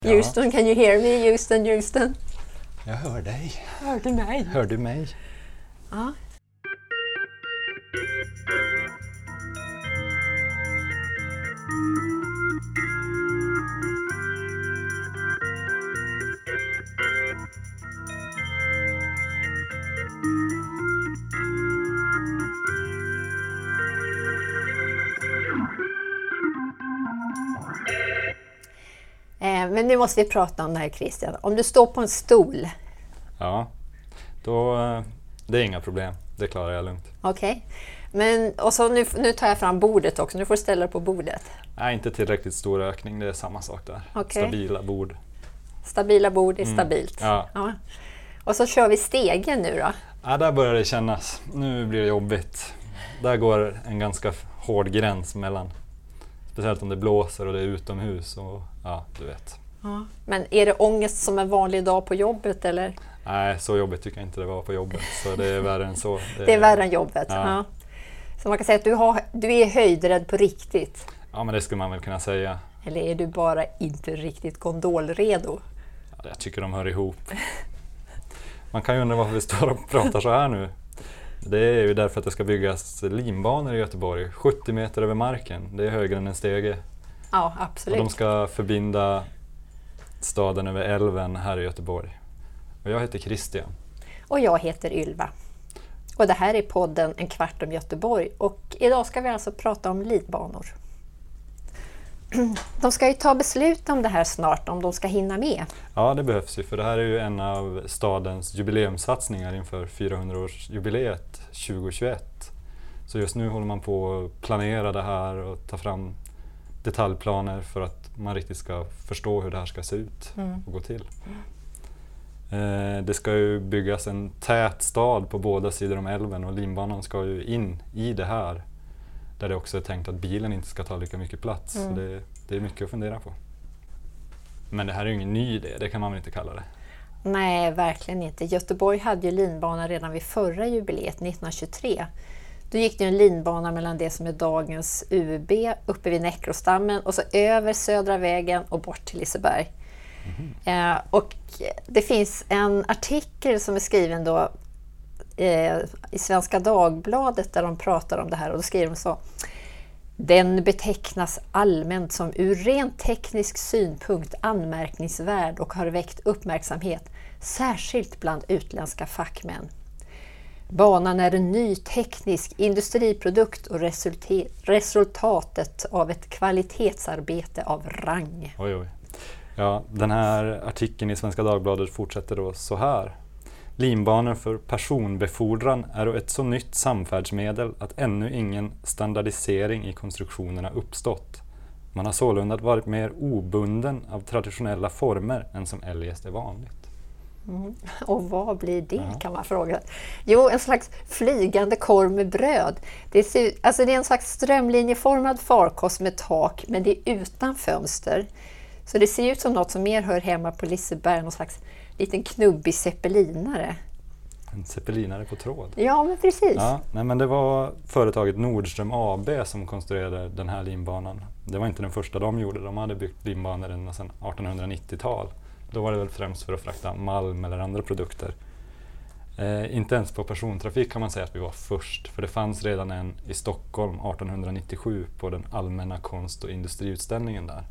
Ja. Houston, can you hear me? Houston, Houston. Jag hör dig. Hör du mig? Hör du mig? Ja. Men nu måste vi prata om det här, Christian. Om du står på en stol. Ja, då, det är inga problem. Det klarar jag lugnt. Okej. Men och så nu tar jag fram bordet också. Nu får du ställa dig på bordet. Nej, inte tillräckligt stor ökning. Det är samma sak där. Okej. Stabila bord. Stabila bord är stabilt. Ja. Ja. Och så kör vi stegen nu då. Ja, där börjar det kännas. Nu blir det jobbigt. Där går en ganska hård gräns mellan. Speciellt om det blåser och det är utomhus. Och, ja, du vet. Ja. Men är det ångest som en vanlig dag på jobbet eller? Nej, så jobbigt tycker jag inte det var på jobbet. Så det är värre än så. Det är värre än jobbet. Ja. Ja. Så man kan säga att du är höjdrädd på riktigt. Ja, men det skulle man väl kunna säga. Eller är du bara inte riktigt gondolredo? Ja, jag tycker de hör ihop. Man kan ju undra varför vi står och pratar så här nu. Det är ju därför att det ska byggas linbanor i Göteborg. 70 meter över marken. Det är högre än en stege. Ja, absolut. Och de ska förbinda staden över älven här i Göteborg. Och jag heter Christian. Och jag heter Ylva. Och det här är podden En kvart om Göteborg. Och idag ska vi alltså prata om linbanor. De ska ju ta beslut om det här snart, om de ska hinna med. Ja, det behövs ju, för det här är ju en av stadens jubileumssatsningar inför 400-årsjubileet 2021. Så just nu håller man på att planera det här och ta fram detaljplaner för att man riktigt ska förstå hur det här ska se ut och gå till. Det ska ju byggas en tät stad på båda sidor om älven och linbanan ska ju in i det här. Där det också är tänkt att bilen inte ska ta lika mycket plats. Så det är mycket att fundera på. Men det här är ju ingen ny idé, det kan man väl inte kalla det? Nej, verkligen inte. Göteborg hade ju linbana redan vid förra jubileet 1923. Då gick det en linbana mellan det som är dagens UB uppe vid Näckrostammen och så över Södra vägen och bort till Liseberg. Och det finns en artikel som är skriven då i Svenska Dagbladet där de pratar om det här och då skriver de så: den betecknas allmänt som ur rent teknisk synpunkt anmärkningsvärd och har väckt uppmärksamhet särskilt bland utländska fackmän. Banan är en ny teknisk industriprodukt och resultatet av ett kvalitetsarbete av rang. Oj, oj. Ja, den här artikeln i Svenska Dagbladet fortsätter då så här. Linbanor för personbefordran är ett så nytt samfärdsmedel att ännu ingen standardisering i konstruktionerna uppstått. Man har sålunda varit mer obunden av traditionella former än som eljest är vanligt. Och vad blir det kan man fråga. Jo, en slags flygande korv med bröd. Det är en slags strömlinjeformad farkost med tak men det är utan fönster. Så det ser ut som något som mer hör hemma på Liseberg, någon slags liten knubbig zeppelinare. En zeppelinare på tråd. Ja, men precis. Ja, nej, men det var företaget Nordström AB som konstruerade den här linbanan. Det var inte den första de gjorde. De hade byggt linbanor ända sedan 1890-tal. Då var det väl främst för att frakta malm eller andra produkter. Inte ens på persontrafik kan man säga att vi var först. För det fanns redan en i Stockholm 1897 på den allmänna konst- och industriutställningen där.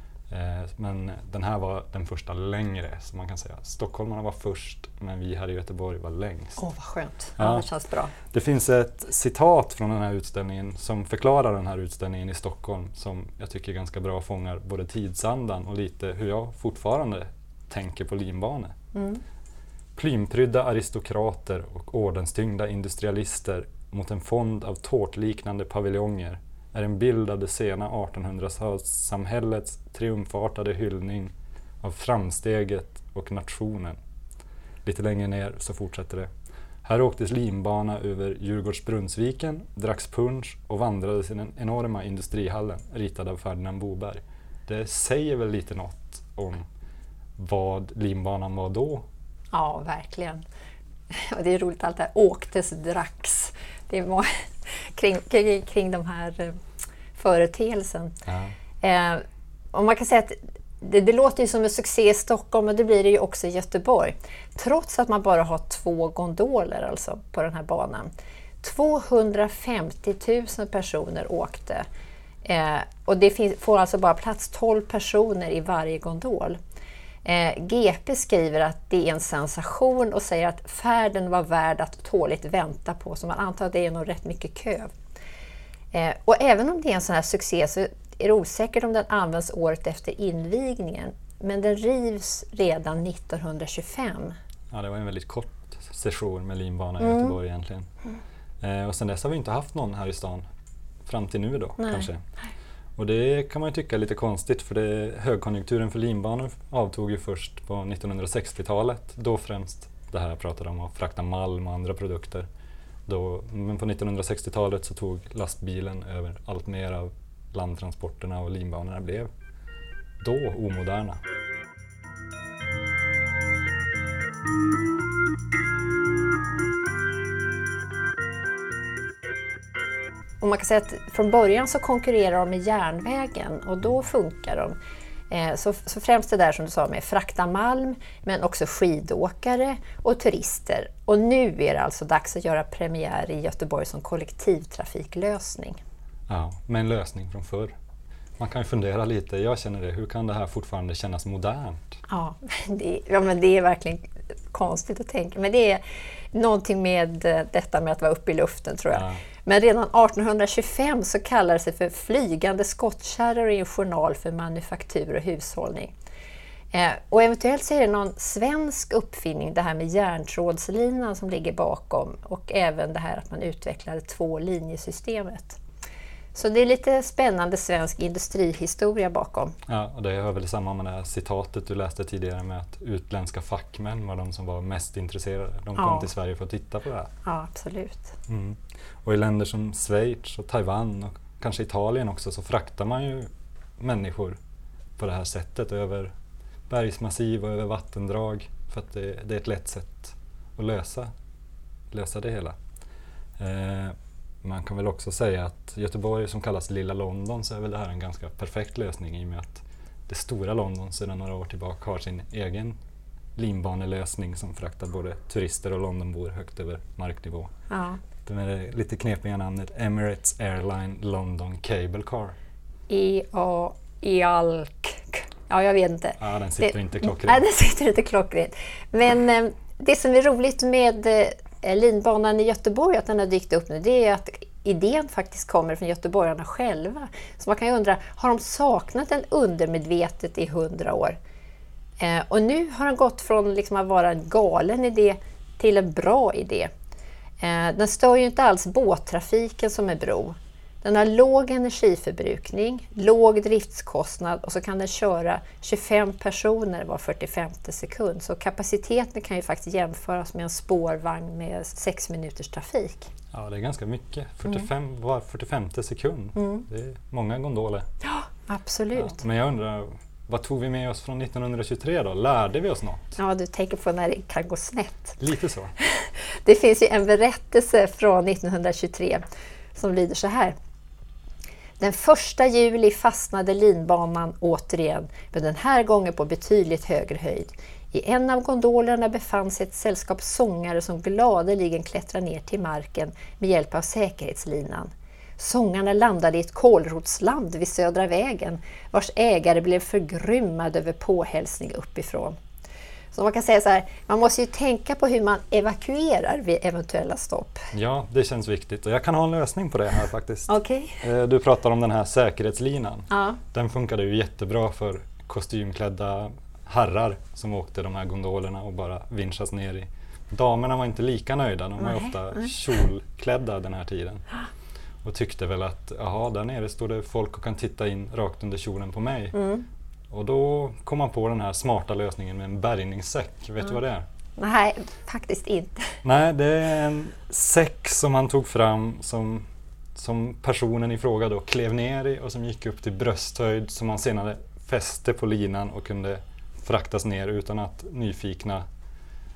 Men den här var den första längre, så man kan säga. Stockholmarna var först, men vi här i Göteborg var längst. Vad skönt. Ja, det känns bra. Det finns ett citat från den här utställningen som förklarar den här utställningen i Stockholm som jag tycker ganska bra fångar både tidsandan och lite hur jag fortfarande tänker på linbanor. Plymprydda aristokrater och ordenstyngda industrialister mot en fond av tårtliknande paviljonger är en bild av det sena 1800-talssamhällets triumfartade hyllning av framsteget och nationen. Lite längre ner så fortsätter det. Här åktes linbana över Djurgårdsbrunnsviken, dracks punsch och vandrades i den enorma industrihallen ritad av Ferdinand Boberg. Det säger väl lite något om vad linbanan var då? Ja, verkligen. Och det är roligt allt det här åktes, dracks. Det var kring de här företeelsen. Och man kan säga att det låter ju som en succé i Stockholm, och det blir det ju också i Göteborg. Trots att man bara har 2 gondoler alltså på den här banan. 250 000 personer åkte. Och det får alltså bara plats 12 personer i varje gondol. GP skriver att det är en sensation och säger att färden var värd att tåligt vänta på, så man antar att det är nog rätt mycket kö. Och även om det är en sån här succé så är det osäkert om den används året efter invigningen, men den rivs redan 1925. Ja, det var en väldigt kort session med linbana i Göteborg egentligen. Och sen dess har vi inte haft någon här i stan fram till nu då. Nej. Kanske. Och det kan man ju tycka är lite konstigt, för högkonjunkturen för linbanor avtog ju först på 1960-talet. Då främst det här jag pratade om, att frakta malm och andra produkter. Men på 1960-talet så tog lastbilen över allt mer av landtransporterna, och linbanorna blev då omoderna. Och man kan säga att från början så konkurrerar de med järnvägen, och då funkar de. Så främst det där som du sa med frakta malm, men också skidåkare och turister. Och nu är det alltså dags att göra premiär i Göteborg som kollektivtrafiklösning. Ja, med en lösning från förr. Man kan ju fundera lite, jag känner det, hur kan det här fortfarande kännas modernt? Ja, men det är verkligen konstigt att tänka. Men det är någonting med detta med att vara uppe i luften, tror jag. Ja. Men redan 1825 så kallar det sig för flygande skottkärror i en journal för manufaktur och hushållning. Och eventuellt så är det någon svensk uppfinning, det här med järntrådslinan som ligger bakom, och även det här att man utvecklade 2-linjesystemet. Så det är lite spännande svensk industrihistoria bakom. Ja, och det hör väl samman med det här citatet du läste tidigare med att utländska fackmän var de som var mest intresserade. De kom till Sverige för att titta på det här. Ja, absolut. Och i länder som Schweiz och Taiwan och kanske Italien också, så fraktar man ju människor på det här sättet över bergsmassiv och över vattendrag, för att det är ett lätt sätt att lösa det hela. Man kan väl också säga att Göteborg, som kallas Lilla London, så är väl det här en ganska perfekt lösning, i och med att det stora London sedan några år tillbaka har sin egen linbanelösning som fraktar både turister och Londonbor högt över marknivå. Ja. Det är det lite knepiga namnet Emirates Airline London Cable Car. Ja, jag vet inte. Ja, den sitter inte klockrent. Nej, den sitter inte klockrent. Men det som är roligt med linbanan i Göteborg, att den har dykt upp nu, det är att idén faktiskt kommer från göteborgarna själva. Så man kan ju undra, har de saknat den undermedvetet i 100 år? Och nu har den gått från liksom att vara en galen idé till en bra idé. Den stör ju inte alls båttrafiken som är bro. Den har låg energiförbrukning, låg driftskostnad, och så kan den köra 25 personer var 45:e sekund. Så kapaciteten kan ju faktiskt jämföras med en spårvagn med 6 minuters trafik. Ja, det är ganska mycket. 45 var 45:e sekund. Det är många gondoler. Ja, absolut. Ja, men jag undrar, vad tog vi med oss från 1923 då? Lärde vi oss något? Ja, du tänker på när det kan gå snett. Lite så. Det finns ju en berättelse från 1923 som lyder så här. Den 1 juli fastnade linbanan återigen, men den här gången på betydligt högre höjd. I en av gondolerna befann sig ett sällskap sångare som gladeligen klättrade ner till marken med hjälp av säkerhetslinan. Sångarna landade i ett kålrotsland vid Södra vägen, vars ägare blev förgrymmad över påhälsning uppifrån. Så man kan säga så här, man måste ju tänka på hur man evakuerar vid eventuella stopp. Ja, det känns viktigt, och jag kan ha en lösning på det här faktiskt. Okej. Du pratar om den här säkerhetslinan. Ja. Den funkade ju jättebra för kostymklädda herrar som åkte de här gondolerna och bara vinschas ner i. Damerna var inte lika nöjda, de var ofta kjolklädda den här tiden. Och tyckte väl att, jaha, där nere står det folk och kan titta in rakt under kjolen på mig. Och då kom man på den här smarta lösningen med en bärgningssäck. Vet du vad det är? Nej, faktiskt inte. Nej, det är en säck som man tog fram som personen i fråga då klev ner i, och som gick upp till brösthöjd, som man senare fäste på linan och kunde fraktas ner utan att nyfikna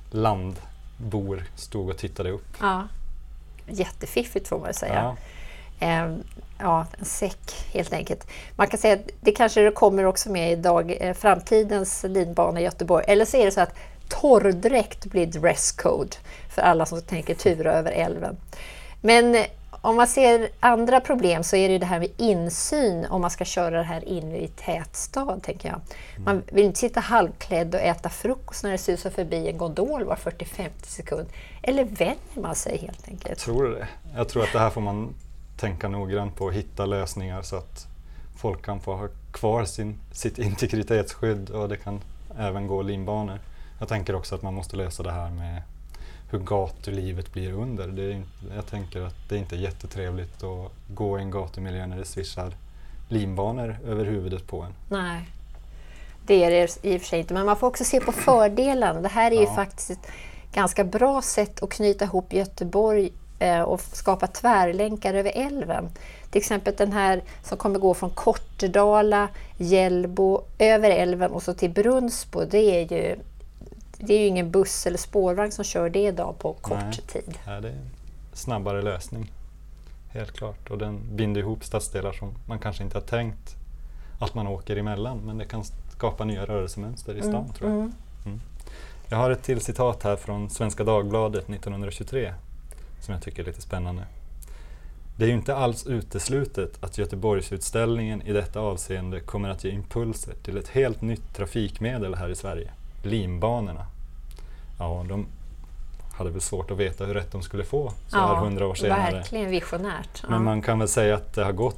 landbor stod och tittade upp. Ja, jättefiffigt får man säga. Ja, en säck helt enkelt. Man kan säga att det kanske kommer också med idag, framtidens linbana i Göteborg. Eller så är det så att torrdräkt blir dresscode för alla som tänker tura över älven. Men om man ser andra problem så är det ju det här med insyn om man ska köra det här inne i tätstad, tänker jag. Man vill inte sitta halvklädd och äta frukost när det susar förbi en gondol var 40-50 sekund. Eller vänjer man sig helt enkelt? Tror du det? Jag tror att det här får man tänka noggrant på och hitta lösningar så att folk kan få ha kvar sitt integritetsskydd och det kan även gå linbanor. Jag tänker också att man måste lösa det här med hur gatulivet blir under. Jag tänker att det inte är jättetrevligt att gå i en gatumiljö när det svischar linbanor över huvudet på en. Nej, det är det i och för sig inte. Men man får också se på fördelarna. Det här är ju faktiskt ett ganska bra sätt att knyta ihop Göteborg och skapa tvärlänkar över älven. Till exempel den här som kommer gå från Kortedala, Hjällbo, över älven och så till Brunnsbo. Det är ju ingen buss eller spårvagn som kör det idag på kort tid. Ja, det är en snabbare lösning. Helt klart. Och den binder ihop stadsdelar som man kanske inte har tänkt att man åker emellan. Men det kan skapa nya rörelsemönster i stan, tror jag. Jag har ett till citat här från Svenska Dagbladet 1923 som jag tycker är lite spännande. Det är ju inte alls uteslutet att Göteborgsutställningen i detta avseende kommer att ge impulser till ett helt nytt trafikmedel här i Sverige. Linbanorna. Ja, de hade väl svårt att veta hur rätt de skulle få så här 100 år senare. Verkligen visionärt. Ja. Men man kan väl säga att det har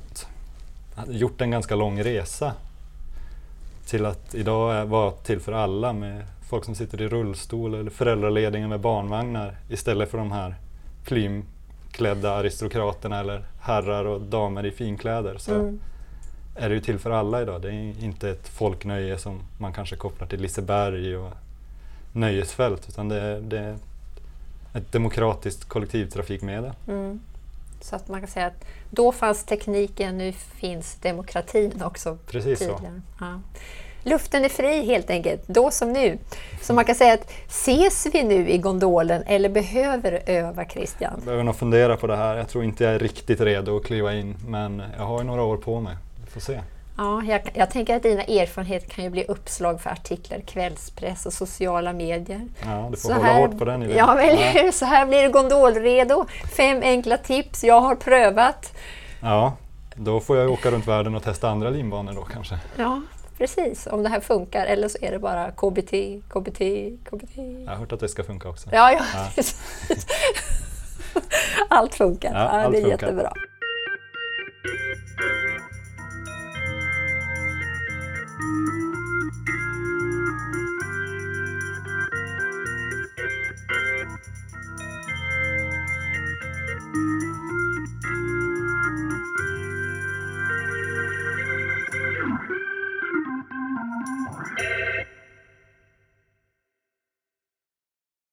gjort en ganska lång resa till att idag vara till för alla med folk som sitter i rullstol eller föräldralediga med barnvagnar istället för de här plymklädda aristokraterna eller herrar och damer i finkläder. Så är det ju till för alla idag. Det är inte ett folknöje som man kanske kopplar till Liseberg och nöjesfält, utan det är ett demokratiskt kollektivtrafikmedel. Så att man kan säga att då fanns tekniken, nu finns demokratin också. Precis tydligare. Ja. Luften är fri helt enkelt, då som nu. Så man kan säga att ses vi nu i gondolen eller behöver öva, Christian? Jag behöver nog fundera på det här. Jag tror inte jag är riktigt redo att kliva in, men jag har några år på mig. Vi får se. Ja, jag tänker att dina erfarenheter kan ju bli uppslag för artiklar, kvällspress och sociala medier. Ja, du får hålla hårt på den idén. Ja, väl, så här blir det gondolredo. 5 enkla tips jag har prövat. Ja, då får jag åka runt världen och testa andra linbanor då kanske. Ja, precis. Om det här funkar, eller så är det bara KBT. Jag har hört att det ska funka också. Ja. Allt funkar. Ja, allt det är funkar. jättebra.